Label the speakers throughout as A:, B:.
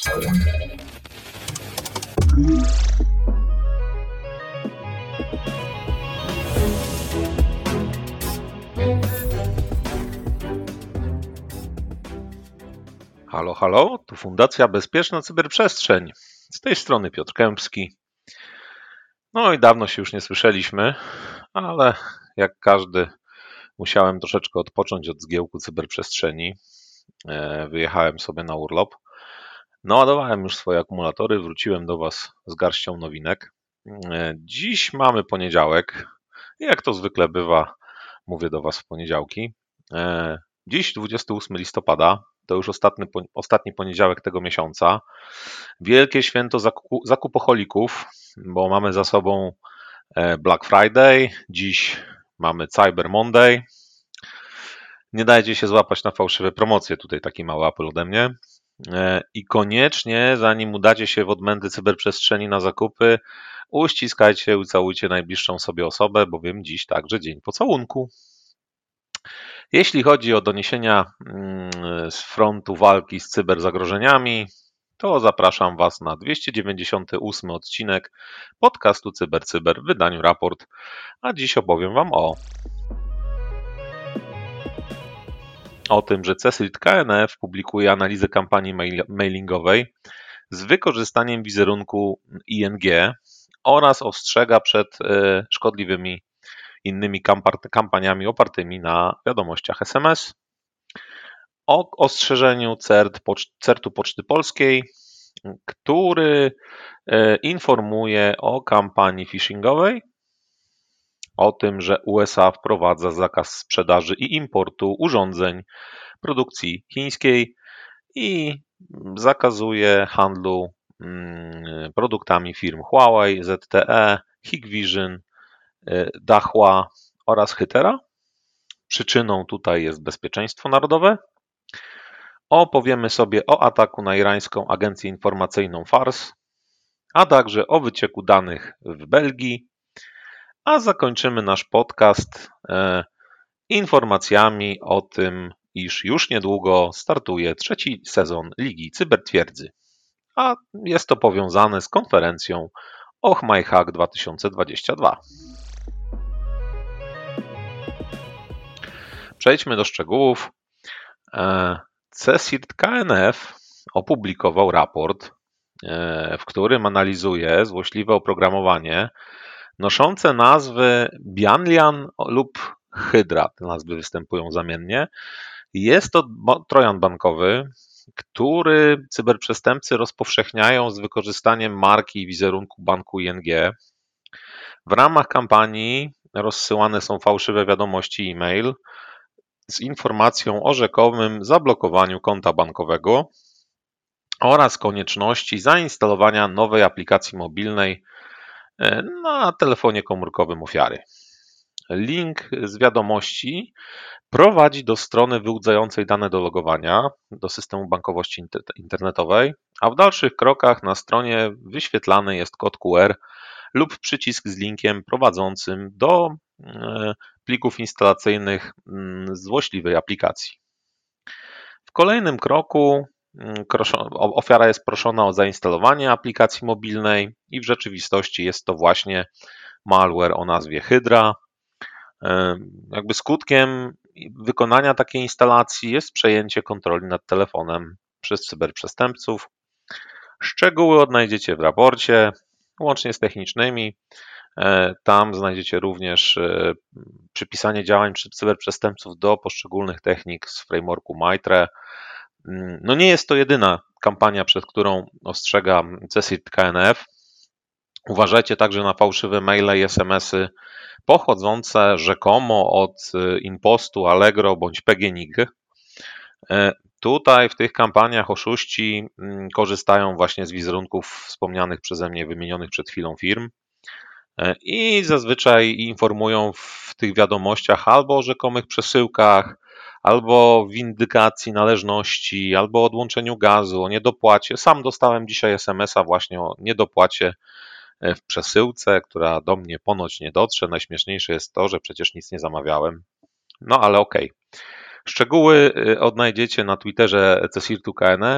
A: Halo, halo, tu Fundacja Bezpieczna Cyberprzestrzeń. Z tej strony Piotr Kępski. No i dawno się już nie słyszeliśmy, ale jak każdy musiałem troszeczkę odpocząć od zgiełku cyberprzestrzeni. Wyjechałem sobie na urlop. Naładowałem już swoje akumulatory, wróciłem do Was z garścią nowinek. Dziś mamy poniedziałek. Jak to zwykle bywa, mówię do Was w poniedziałki. Dziś 28 listopada, to już ostatni poniedziałek tego miesiąca. Wielkie święto zakupoholików, bo mamy za sobą Black Friday, dziś mamy Cyber Monday. Nie dajcie się złapać na fałszywe promocje, tutaj taki mały apel ode mnie. I koniecznie, zanim udacie się w odmęty cyberprzestrzeni na zakupy, uściskajcie, ucałujcie najbliższą sobie osobę, bowiem dziś także dzień pocałunku. Jeśli chodzi o doniesienia z frontu walki z cyberzagrożeniami, to zapraszam Was na 298 odcinek podcastu CyberCyber w wydaniu Raport, a dziś opowiem Wam o tym, że CSIRT KNF publikuje analizę kampanii mailingowej z wykorzystaniem wizerunku ING oraz ostrzega przed szkodliwymi innymi kampaniami opartymi na wiadomościach SMS, o ostrzeżeniu CERT-u Poczty Polskiej, który informuje o kampanii phishingowej, o tym, że USA wprowadza zakaz sprzedaży i importu urządzeń produkcji chińskiej i zakazuje handlu produktami firm Huawei, ZTE, Hikvision, Dahua oraz Hytera. Przyczyną tutaj jest bezpieczeństwo narodowe. Opowiemy sobie o ataku na irańską agencję informacyjną FARS, a także o wycieku danych w Belgii, a zakończymy nasz podcast informacjami o tym, iż już niedługo startuje trzeci sezon Ligi Cybertwierdzy, a jest to powiązane z konferencją Och My Hack 2022. Przejdźmy do szczegółów. CSIRT KNF opublikował raport, w którym analizuje złośliwe oprogramowanie noszące nazwy Bianlian lub Hydra. Te nazwy występują zamiennie. Jest to trojan bankowy, który cyberprzestępcy rozpowszechniają z wykorzystaniem marki i wizerunku banku ING. W ramach kampanii rozsyłane są fałszywe wiadomości e-mail z informacją o rzekomym zablokowaniu konta bankowego oraz konieczności zainstalowania nowej aplikacji mobilnej na telefonie komórkowym ofiary. Link z wiadomości prowadzi do strony wyłudzającej dane do logowania do systemu bankowości internetowej, a w dalszych krokach na stronie wyświetlany jest kod QR lub przycisk z linkiem prowadzącym do plików instalacyjnych złośliwej aplikacji. W kolejnym kroku ofiara jest proszona o zainstalowanie aplikacji mobilnej i w rzeczywistości jest to właśnie malware o nazwie Hydra. Jakby skutkiem wykonania takiej instalacji jest przejęcie kontroli nad telefonem przez cyberprzestępców. Szczegóły odnajdziecie w raporcie, łącznie z technicznymi. Tam znajdziecie również przypisanie działań cyberprzestępców do poszczególnych technik z frameworku MITRE. No nie jest to jedyna kampania, przed którą ostrzega CSIRT KNF. Uważajcie także na fałszywe maile i SMS-y pochodzące rzekomo od Impostu, Allegro bądź PGNiG. Tutaj w tych kampaniach oszuści korzystają właśnie z wizerunków wspomnianych przeze mnie, wymienionych przed chwilą firm i zazwyczaj informują w tych wiadomościach albo o rzekomych przesyłkach, albo windykacji należności, albo o odłączeniu gazu, o niedopłacie. Sam dostałem dzisiaj SMS-a właśnie o niedopłacie w przesyłce, która do mnie ponoć nie dotrze. Najśmieszniejsze jest to, że przecież nic nie zamawiałem. No ale okej. Szczegóły odnajdziecie na Twitterze CSIRT-u KNF.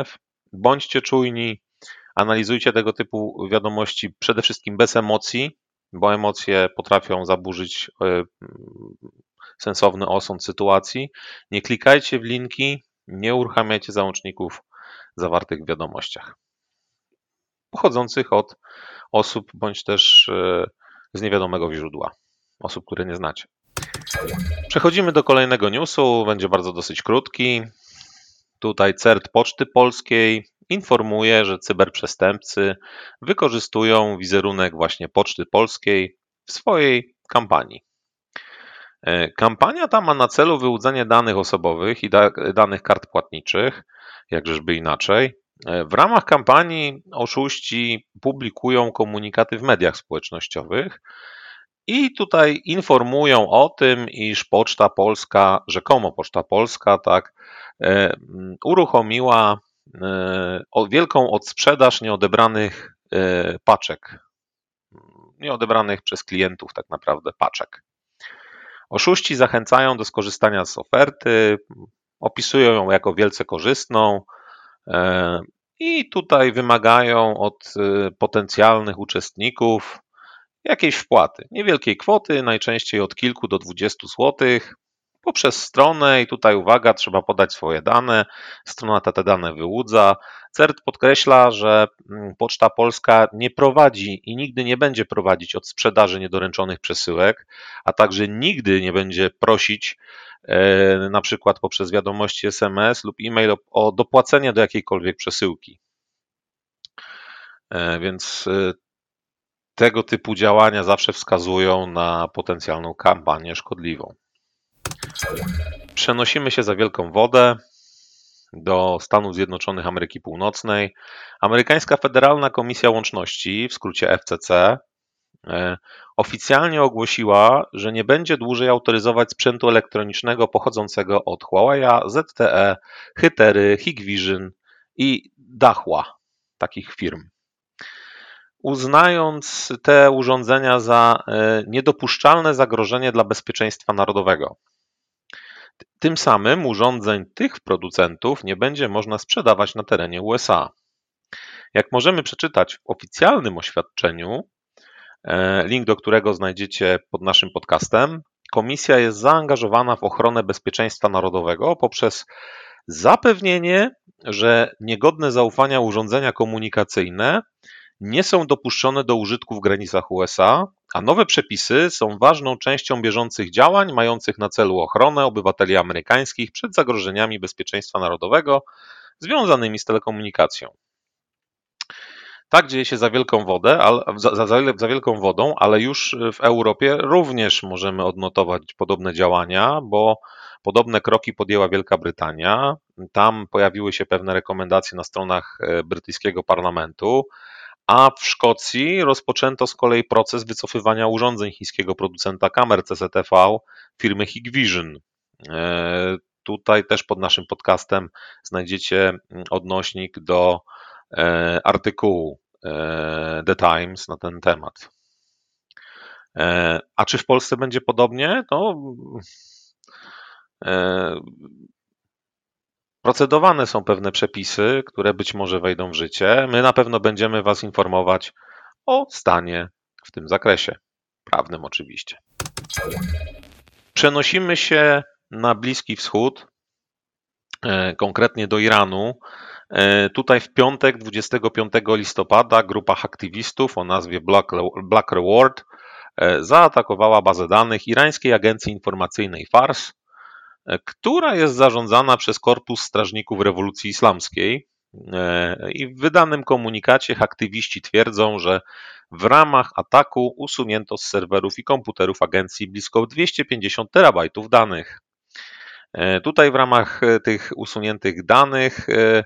A: bądźcie czujni, analizujcie tego typu wiadomości przede wszystkim bez emocji, bo emocje potrafią zaburzyć sensowny osąd sytuacji. Nie klikajcie w linki, nie uruchamiajcie załączników zawartych w wiadomościach pochodzących od osób bądź też z niewiadomego źródła, osób, które nie znacie. Przechodzimy do kolejnego newsu, będzie bardzo dosyć krótki. Tutaj CERT Poczty Polskiej informuje, że cyberprzestępcy wykorzystują wizerunek właśnie Poczty Polskiej w swojej kampanii. Kampania ta ma na celu wyłudzenie danych osobowych i danych kart płatniczych, jakżeżby inaczej. W ramach kampanii oszuści publikują komunikaty w mediach społecznościowych i tutaj informują o tym, iż Poczta Polska, rzekomo Poczta Polska, tak, uruchomiła wielką odsprzedaż nieodebranych paczek, nieodebranych przez klientów tak naprawdę paczek. Oszuści zachęcają do skorzystania z oferty, opisują ją jako wielce korzystną i tutaj wymagają od potencjalnych uczestników jakiejś wpłaty, niewielkiej kwoty, najczęściej od kilku do 20 złotych, poprzez stronę i tutaj uwaga, trzeba podać swoje dane, strona ta te dane wyłudza. CERT podkreśla, że Poczta Polska nie prowadzi i nigdy nie będzie prowadzić od sprzedaży niedoręczonych przesyłek, a także nigdy nie będzie prosić na przykład poprzez wiadomości SMS lub e-mail o dopłacenie do jakiejkolwiek przesyłki. Więc tego typu działania zawsze wskazują na potencjalną kampanię szkodliwą. Przenosimy się za wielką wodę do Stanów Zjednoczonych Ameryki Północnej. Amerykańska Federalna Komisja Łączności, w skrócie FCC, oficjalnie ogłosiła, że nie będzie dłużej autoryzować sprzętu elektronicznego pochodzącego od Huawei'a, ZTE, Hytery, Hikvision i Dahua, takich firm, uznając te urządzenia za niedopuszczalne zagrożenie dla bezpieczeństwa narodowego. Tym samym urządzeń tych producentów nie będzie można sprzedawać na terenie USA. Jak możemy przeczytać w oficjalnym oświadczeniu, link do którego znajdziecie pod naszym podcastem, komisja jest zaangażowana w ochronę bezpieczeństwa narodowego poprzez zapewnienie, że niegodne zaufania urządzenia komunikacyjne nie są dopuszczone do użytku w granicach USA, a nowe przepisy są ważną częścią bieżących działań mających na celu ochronę obywateli amerykańskich przed zagrożeniami bezpieczeństwa narodowego związanymi z telekomunikacją. Tak dzieje się za wielką wodę, za wielką wodą, ale już w Europie również możemy odnotować podobne działania, bo podobne kroki podjęła Wielka Brytania. Tam pojawiły się pewne rekomendacje na stronach brytyjskiego parlamentu, a w Szkocji rozpoczęto z kolei proces wycofywania urządzeń chińskiego producenta kamer CCTV firmy Hikvision. Tutaj też pod naszym podcastem znajdziecie odnośnik do artykułu The Times na ten temat. A czy w Polsce będzie podobnie? Procedowane są pewne przepisy, które być może wejdą w życie. My na pewno będziemy Was informować o stanie w tym zakresie, prawnym oczywiście. Przenosimy się na Bliski Wschód, konkretnie do Iranu. Tutaj w piątek, 25 listopada, grupa haktywistów o nazwie Black Reward zaatakowała bazę danych irańskiej agencji informacyjnej FARS, która jest zarządzana przez Korpus Strażników Rewolucji Islamskiej. I w wydanym komunikacie aktywiści twierdzą, że w ramach ataku usunięto z serwerów i komputerów agencji blisko 250 terabajtów danych. Tutaj w ramach tych usuniętych danych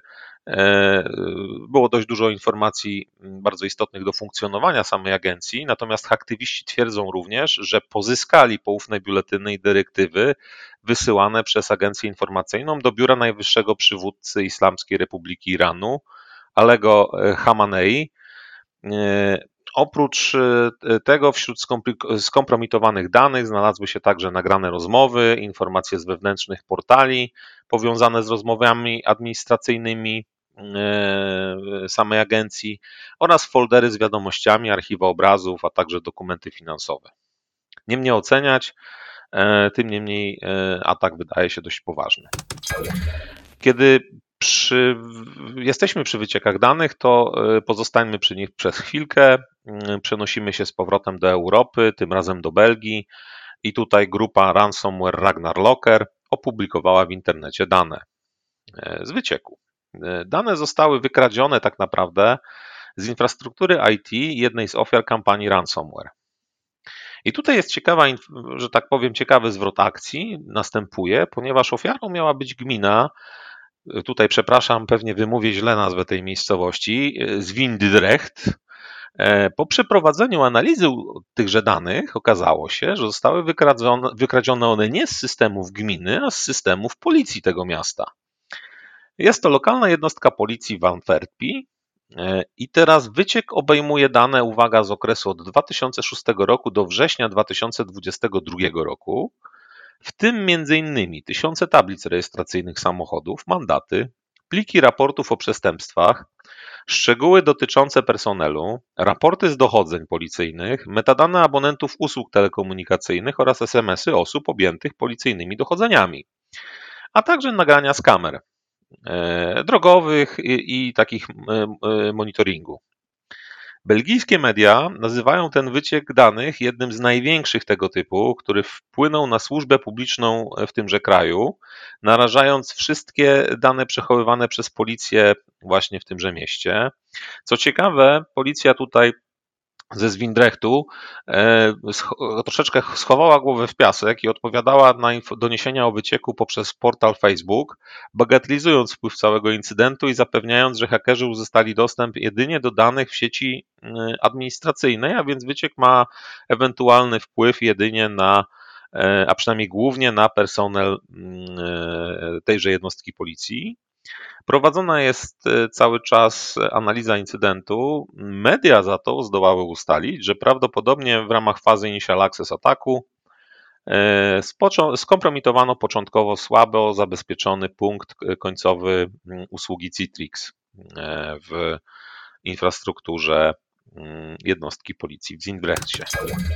A: było dość dużo informacji bardzo istotnych do funkcjonowania samej agencji, natomiast aktywiści twierdzą również, że pozyskali poufne biuletyny i dyrektywy wysyłane przez agencję informacyjną do biura najwyższego przywódcy Islamskiej Republiki Iranu, Alego Khamenei. Oprócz tego wśród skompromitowanych danych znalazły się także nagrane rozmowy, informacje z wewnętrznych portali powiązane z rozmowami administracyjnymi samej agencji oraz foldery z wiadomościami, archiwa obrazów, a także dokumenty finansowe. Nie mnie oceniać, tym niemniej atak wydaje się dość poważny. Kiedy jesteśmy przy wyciekach danych, to pozostańmy przy nich przez chwilkę. Przenosimy się z powrotem do Europy, tym razem do Belgii i tutaj grupa ransomware Ragnar Locker opublikowała w internecie dane z wycieku. Dane zostały wykradzione tak naprawdę z infrastruktury IT jednej z ofiar kampanii ransomware. I tutaj jest że tak powiem, ciekawy zwrot akcji następuje, ponieważ ofiarą miała być gmina, tutaj przepraszam, pewnie wymówię źle nazwę tej miejscowości, Zwijndrecht. Po przeprowadzeniu analizy tychże danych okazało się, że zostały wykradzione one nie z systemów gminy, a z systemów policji tego miasta. Jest to lokalna jednostka policji w Antwerpii i teraz wyciek obejmuje dane, uwaga, z okresu od 2006 roku do września 2022 roku, w tym m.in. tysiące tablic rejestracyjnych samochodów, mandaty, pliki raportów o przestępstwach, szczegóły dotyczące personelu, raporty z dochodzeń policyjnych, metadane abonentów usług telekomunikacyjnych oraz SMS-y osób objętych policyjnymi dochodzeniami, a także nagrania z kamer drogowych i takich monitoringu. Belgijskie media nazywają ten wyciek danych jednym z największych tego typu, który wpłynął na służbę publiczną w tymże kraju, narażając wszystkie dane przechowywane przez policję właśnie w tymże mieście. Co ciekawe, policja tutaj ze Zwijndrechtu troszeczkę schowała głowę w piasek i odpowiadała na doniesienia o wycieku poprzez portal Facebook, bagatelizując wpływ całego incydentu i zapewniając, że hakerzy uzyskali dostęp jedynie do danych w sieci administracyjnej, a więc wyciek ma ewentualny wpływ jedynie na, a przynajmniej głównie na personel tejże jednostki policji. Prowadzona jest cały czas analiza incydentu. Media za to zdołały ustalić, że prawdopodobnie w ramach fazy Initial Access ataku skompromitowano początkowo słabo zabezpieczony punkt końcowy usługi Citrix w infrastrukturze jednostki policji w Zwijndrechcie.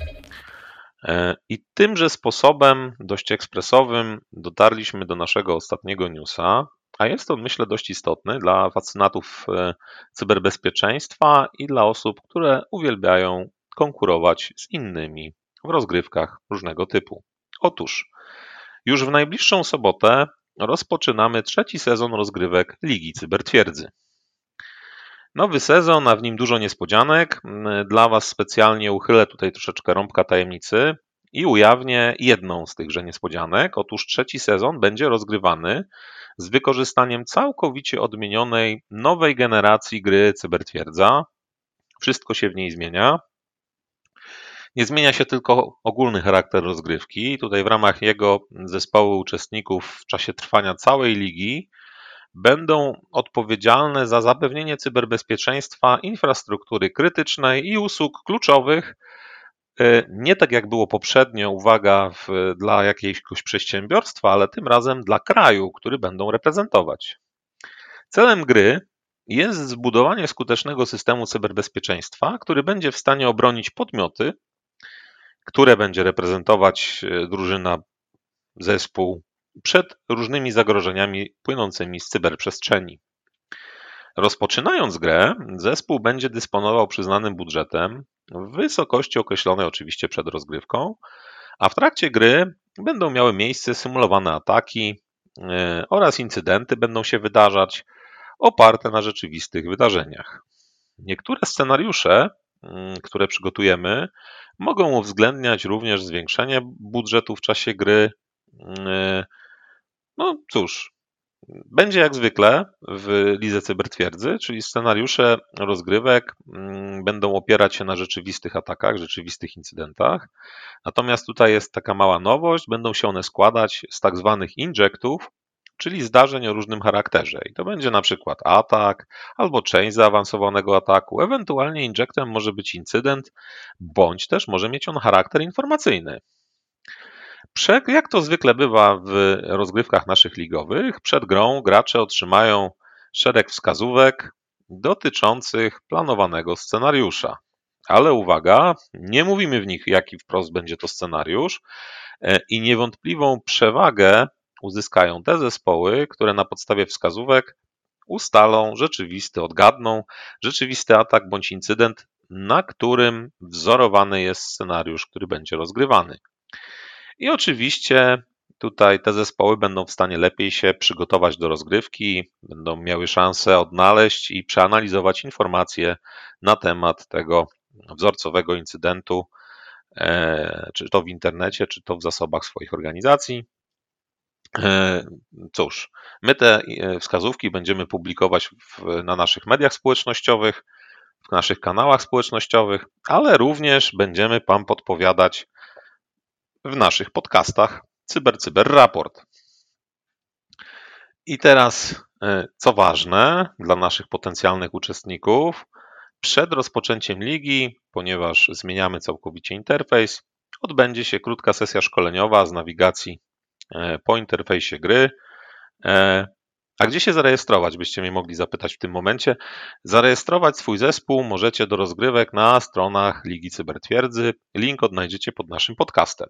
A: I tymże sposobem, dość ekspresowym, dotarliśmy do naszego ostatniego newsa, a jest on, myślę, dość istotny dla fascynatów cyberbezpieczeństwa i dla osób, które uwielbiają konkurować z innymi w rozgrywkach różnego typu. Otóż już w najbliższą sobotę rozpoczynamy trzeci sezon rozgrywek Ligi Cybertwierdzy. Nowy sezon, a w nim dużo niespodzianek. Dla Was specjalnie uchylę tutaj troszeczkę rąbka tajemnicy i ujawnię jedną z tychże niespodzianek. Otóż trzeci sezon będzie rozgrywany z wykorzystaniem całkowicie odmienionej, nowej generacji gry Cybertwierdza. Wszystko się w niej zmienia. Nie zmienia się tylko ogólny charakter rozgrywki. Tutaj w ramach jego zespoły uczestników w czasie trwania całej ligi będą odpowiedzialne za zapewnienie cyberbezpieczeństwa infrastruktury krytycznej i usług kluczowych, nie tak jak było poprzednio, uwaga, dla jakiegoś przedsiębiorstwa, ale tym razem dla kraju, który będą reprezentować. Celem gry jest zbudowanie skutecznego systemu cyberbezpieczeństwa, który będzie w stanie obronić podmioty, które będzie reprezentować drużyna, zespół przed różnymi zagrożeniami płynącymi z cyberprzestrzeni. Rozpoczynając grę, zespół będzie dysponował przyznanym budżetem w wysokości określonej oczywiście przed rozgrywką, a w trakcie gry będą miały miejsce symulowane ataki oraz incydenty będą się wydarzać oparte na rzeczywistych wydarzeniach. Niektóre scenariusze, które przygotujemy, mogą uwzględniać również zwiększenie budżetu w czasie gry. No cóż, będzie jak zwykle w Lidze Cybertwierdzy, czyli scenariusze rozgrywek będą opierać się na rzeczywistych atakach, rzeczywistych incydentach. Natomiast tutaj jest taka mała nowość, będą się one składać z tak zwanych injectów, czyli zdarzeń o różnym charakterze. I to będzie na przykład atak albo część zaawansowanego ataku. Ewentualnie injectem może być incydent, bądź też może mieć on charakter informacyjny. Jak to zwykle bywa w rozgrywkach naszych ligowych, przed grą gracze otrzymają szereg wskazówek dotyczących planowanego scenariusza. Ale uwaga, nie mówimy w nich, jaki wprost będzie to scenariusz i niewątpliwą przewagę uzyskają te zespoły, które na podstawie wskazówek odgadną rzeczywisty atak bądź incydent, na którym wzorowany jest scenariusz, który będzie rozgrywany. I oczywiście tutaj te zespoły będą w stanie lepiej się przygotować do rozgrywki, będą miały szansę odnaleźć i przeanalizować informacje na temat tego wzorcowego incydentu, czy to w internecie, czy to w zasobach swoich organizacji. Cóż, my te wskazówki będziemy publikować na naszych mediach społecznościowych, w naszych kanałach społecznościowych, ale również będziemy Wam podpowiadać w naszych podcastach Cyber Raport. I teraz, co ważne dla naszych potencjalnych uczestników, przed rozpoczęciem ligi, ponieważ zmieniamy całkowicie interfejs, odbędzie się krótka sesja szkoleniowa z nawigacji po interfejsie gry. A gdzie się zarejestrować, byście mnie mogli zapytać w tym momencie? Zarejestrować swój zespół możecie do rozgrywek na stronach Ligi Cybertwierdzy. Link odnajdziecie pod naszym podcastem.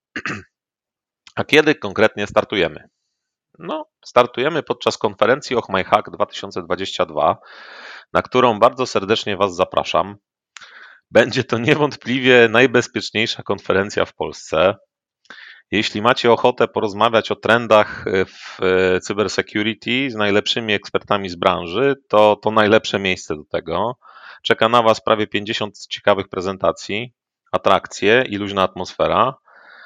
A: A kiedy konkretnie startujemy? No, startujemy podczas konferencji Och My Hack 2022, na którą bardzo serdecznie Was zapraszam. Będzie to niewątpliwie najbezpieczniejsza konferencja w Polsce. Jeśli macie ochotę porozmawiać o trendach w cybersecurity z najlepszymi ekspertami z branży, to najlepsze miejsce do tego. Czeka na Was prawie 50 ciekawych prezentacji, atrakcje i luźna atmosfera.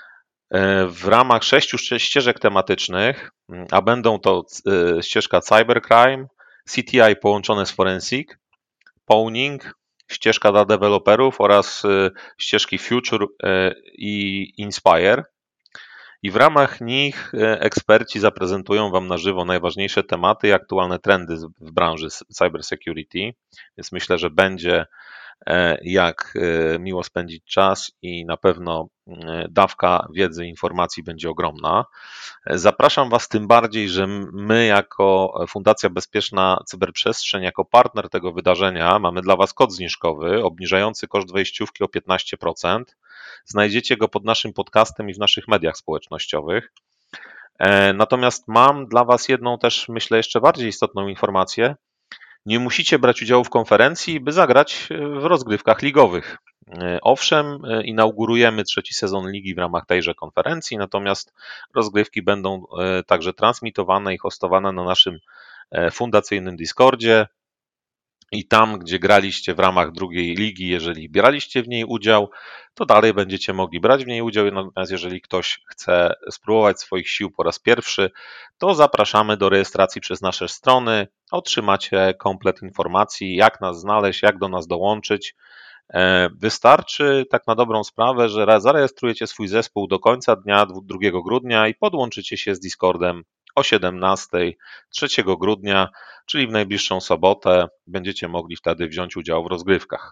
A: W ramach 6 ścieżek tematycznych, a będą to ścieżka Cybercrime, CTI połączone z Forensic, Pawning, ścieżka dla deweloperów oraz ścieżki Future i Inspire. I w ramach nich eksperci zaprezentują Wam na żywo najważniejsze tematy i aktualne trendy w branży cybersecurity, więc myślę, że będzie jak miło spędzić czas i na pewno dawka wiedzy i informacji będzie ogromna. Zapraszam Was tym bardziej, że my jako Fundacja Bezpieczna Cyberprzestrzeń, jako partner tego wydarzenia mamy dla Was kod zniżkowy obniżający koszt wejściówki o 15%. Znajdziecie go pod naszym podcastem i w naszych mediach społecznościowych. Natomiast mam dla Was jedną też, myślę, jeszcze bardziej istotną informację. Nie musicie brać udziału w konferencji, by zagrać w rozgrywkach ligowych. Owszem, inaugurujemy 3. sezon ligi w ramach tejże konferencji, natomiast rozgrywki będą także transmitowane i hostowane na naszym fundacyjnym Discordzie. I tam, gdzie graliście w ramach drugiej ligi, jeżeli braliście w niej udział, to dalej będziecie mogli brać w niej udział. Natomiast jeżeli ktoś chce spróbować swoich sił po raz pierwszy, to zapraszamy do rejestracji przez nasze strony. Otrzymacie komplet informacji, jak nas znaleźć, jak do nas dołączyć. Wystarczy tak na dobrą sprawę, że zarejestrujecie swój zespół do końca dnia 2 grudnia i podłączycie się z Discordem o 17 3 grudnia, czyli w najbliższą sobotę. Będziecie mogli wtedy wziąć udział w rozgrywkach.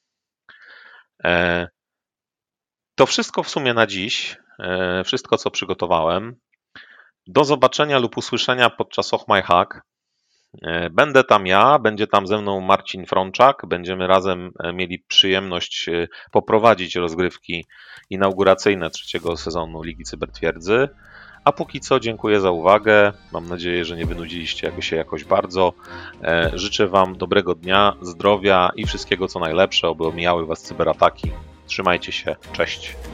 A: To wszystko w sumie na dziś. Wszystko, co przygotowałem. Do zobaczenia lub usłyszenia podczas Och My Hack. Będę tam ja, będzie tam ze mną Marcin Frączak. Będziemy razem mieli przyjemność poprowadzić rozgrywki inauguracyjne 3. sezonu Ligi Cybertwierdzy. A póki co dziękuję za uwagę. Mam nadzieję, że nie wynudziliście się jakoś bardzo. Życzę Wam dobrego dnia, zdrowia i wszystkiego co najlepsze, oby omijały Was cyberataki. Trzymajcie się. Cześć.